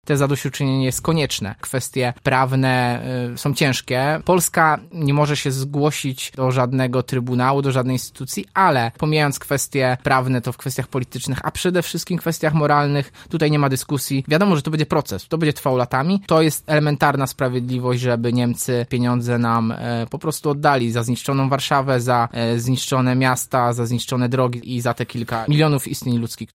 te zadośćuczynienie jest konieczne. Kwestie prawne są ciężkie. Polska nie może się zgłosić do żadnego trybunału, do żadnej instytucji, ale pomijając kwestie prawne, to w kwestiach politycznych, a przede wszystkim kwestiach moralnych, tutaj nie ma dyskusji. Wiadomo, że to będzie proces, to będzie trwał latami. To jest elementarna sprawiedliwość, żeby Niemcy pieniądze nam po prostu oddali za zniszczoną Warszawę, za zniszczone miasta, za zniszczone drogi i za te kilka milionów istnień ludzkich.